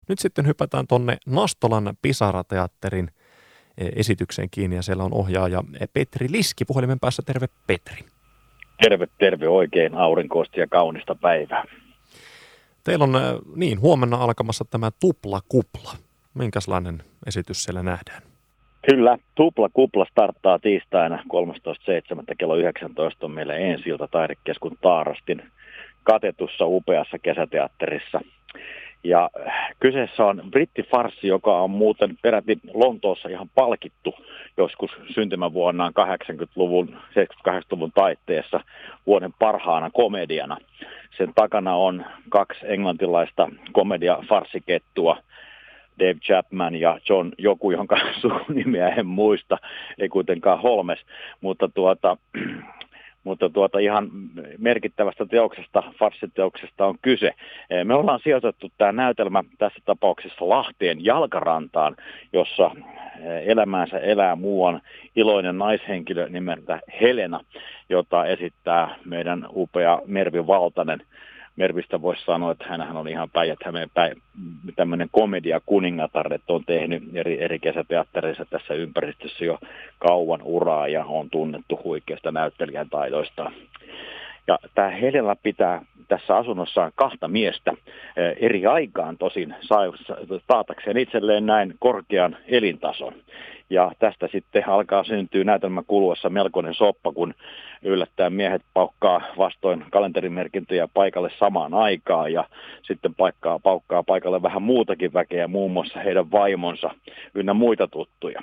Nyt sitten hypätään tuonne Nastolan Pisara-teatterin esitykseen kiinni ja siellä on ohjaaja Petri Liski puhelimen päässä. Terve Petri. Terve, oikein aurinkoista ja kaunista päivää. Teillä on huomenna alkamassa tämä Tupla Kupla. Minkälainen esitys siellä nähdään? Kyllä, Tupla Kupla starttaa tiistaina 13.7. kello 19 on meillä ensi-ilta taidekeskun Taarastin katetussa upeassa kesäteatterissa. Ja kyseessä on brittifarssi, joka on muuten peräti Lontoossa ihan palkittu joskus syntymävuonnaan 80-luvun, 78-luvun taitteessa vuoden parhaana komediana. Sen takana on 2 englantilaista komedia-farssikettua, Dave Chapman ja John joku, jonka sukunimeä en muista, ei kuitenkaan Holmes, mutta ihan merkittävästä teoksesta, farssiteoksesta on kyse. Me ollaan sijoitettu tämä näytelmä tässä tapauksessa Lahteen Jalkarantaan, jossa elämäänsä elää muuan iloinen naishenkilö nimeltä Helena, jota esittää meidän upea Mervi Valtanen. Mervistä voisi sanoa, että hänhän on ihan Päijät-Hämeen tämmöinen komedia-kuningatar, että on tehnyt eri kesäteattereissa tässä ympäristössä jo kauan uraa ja on tunnettu huikeasta näyttelijän taidoistaan. Ja tämä Helena pitää tässä asunnossaan 2 miestä eri aikaan tosin taatakseen itselleen näin korkean elintason. Ja tästä sitten alkaa syntyä näytelmän kuluessa melkoinen soppa, kun yllättäen miehet paukkaa vastoin kalenterimerkintöjä paikalle samaan aikaan ja sitten paukkaa paikalle vähän muutakin väkeä, muun muassa heidän vaimonsa ynnä muita tuttuja.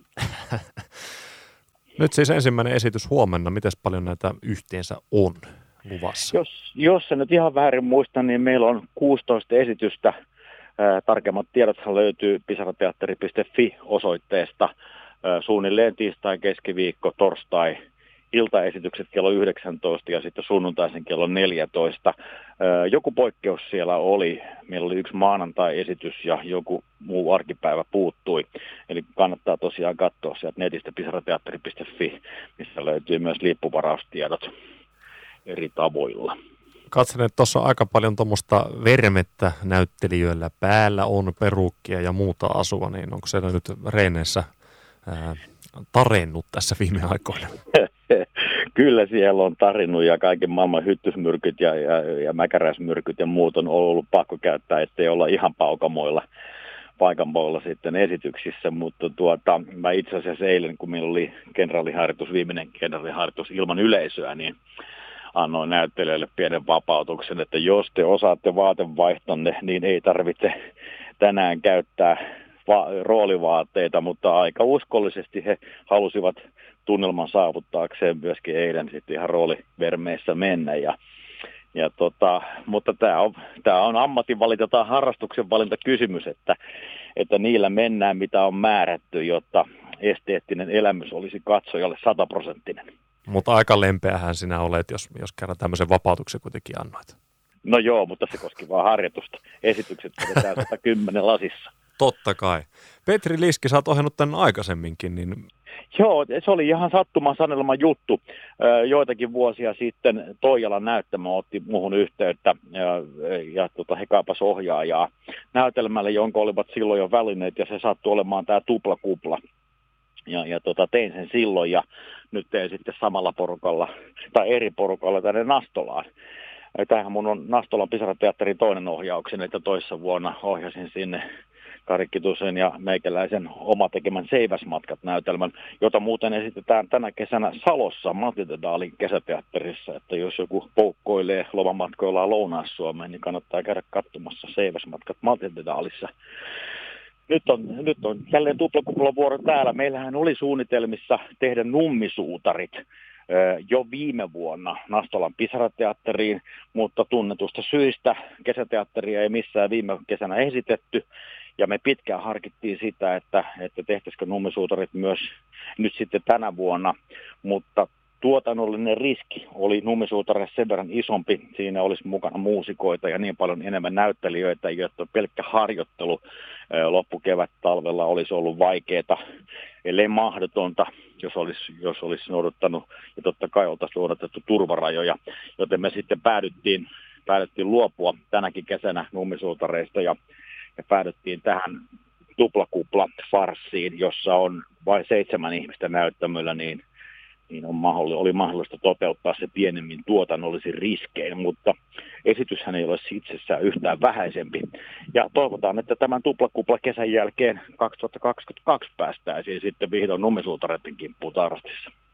Nyt siis ensimmäinen esitys huomenna. Mites paljon näitä yhteensä on luvassa? Jos se nyt ihan väärin muista, niin meillä on 16 esitystä. Tarkemmat tiedothan löytyy pisarateatteri.fi-osoitteesta. Suunnilleen tiistai, keskiviikko, torstai, iltaesitykset kello 19 ja sitten sunnuntaisen kello 14. Joku poikkeus siellä oli. Meillä oli 1 maanantai-esitys ja joku muu arkipäivä puuttui. Eli kannattaa tosiaan katsoa sieltä netistä pisarateatteri.fi, missä löytyy myös lippuvarastiedot eri tavoilla. Katselin, että tuossa on aika paljon tuommoista vermettä näyttelijöillä. Päällä on perukkia ja muuta asua, niin onko siellä nyt reeneissä tarennut tässä viime aikoina? Kyllä siellä on tarinnut ja kaiken maailman hyttysmyrkyt ja mäkäräismyrkyt ja muut on ollut pakko käyttää, ettei olla ihan paikanpoilla sitten esityksissä, mutta mä itse asiassa eilen, kun meillä oli viimeinen kenraaliharjoitus ilman yleisöä, niin annoin näyttelijöille pienen vapautuksen, että jos te osaatte vaatevaihtonne, niin ei tarvitse tänään käyttää roolivaatteita, mutta aika uskollisesti he halusivat tunnelman saavuttaakseen myöskin eilen sitten ihan roolivermeissä mennä. Mutta tämä on ammatinvalinta tai harrastuksen valintakysymys, että niillä mennään mitä on määrätty, jotta esteettinen elämys olisi katsojalle 100%. Mutta aika lempeähän sinä olet, jos kerran tämmöisen vapautuksen kuitenkin annoit. No joo, mutta se koski vaan harjoitusta. Esitykset pidetään 110 lasissa. Totta kai. Petri Liski, sä oot ohjannut tämän aikaisemminkin, niin... Joo, se oli ihan sattuman sanelma juttu. Joitakin vuosia sitten Toijalan näyttämö otti muuhun yhteyttä ja he kaipas ohjaajaa näytelmälle, jonka olivat silloin jo välineet, ja se sattui olemaan tämä Tupla Kupla. Ja tein sen silloin ja nyt teen sitten samalla porukalla tai eri porukalla tänne Nastolaan. Tämähän mun on Nastolan Pisarateatterin toinen ohjaukseni, että toissa vuonna ohjasin sinne Kari Kitusen ja meikäläisen oma tekemän Seiväsmatkat-näytelmän, jota muuten esitetään tänä kesänä Salossa Matildedaalin kesäteatterissa, että jos joku poukkoilee lomamatkoillaan Lounais-Suomeen, niin kannattaa käydä katsomassa Seiväsmatkat Matildedaalissa. Nyt on jälleen tuplakuplavuoro täällä. Meillähän oli suunnitelmissa tehdä Nummisuutarit jo viime vuonna Nastolan Pisarateatteriin, mutta tunnetusta syistä kesäteatteria ei missään viime kesänä esitetty. Ja me pitkään harkittiin sitä, että tehtäisikö Nummisuutarit myös nyt sitten tänä vuonna, mutta tuotannollinen riski oli Nummisuutarille sen verran isompi. Siinä olisi mukana muusikoita ja niin paljon enemmän näyttelijöitä, jotta pelkkä harjoittelu loppukevät talvella olisi ollut vaikeaa, ellei mahdotonta, jos olisi noudattanut, ja totta kai oltaisiin noudatettu turvarajoja, joten me sitten päädyttiin luopua tänäkin kesänä Nummisuutareista ja ja päädyttiin tähän tuplakupla-farssiin, jossa on vain 7 ihmistä näyttämöllä, niin oli mahdollista toteuttaa se pienemmin tuotannollisin riskein, mutta esityshän ei ole itsessään yhtään vähäisempi. Ja toivotaan, että tämän tuplakupla kesän jälkeen 2022 päästäisiin sitten vihdoin Nummisultareiden kimppuun Tarastissa.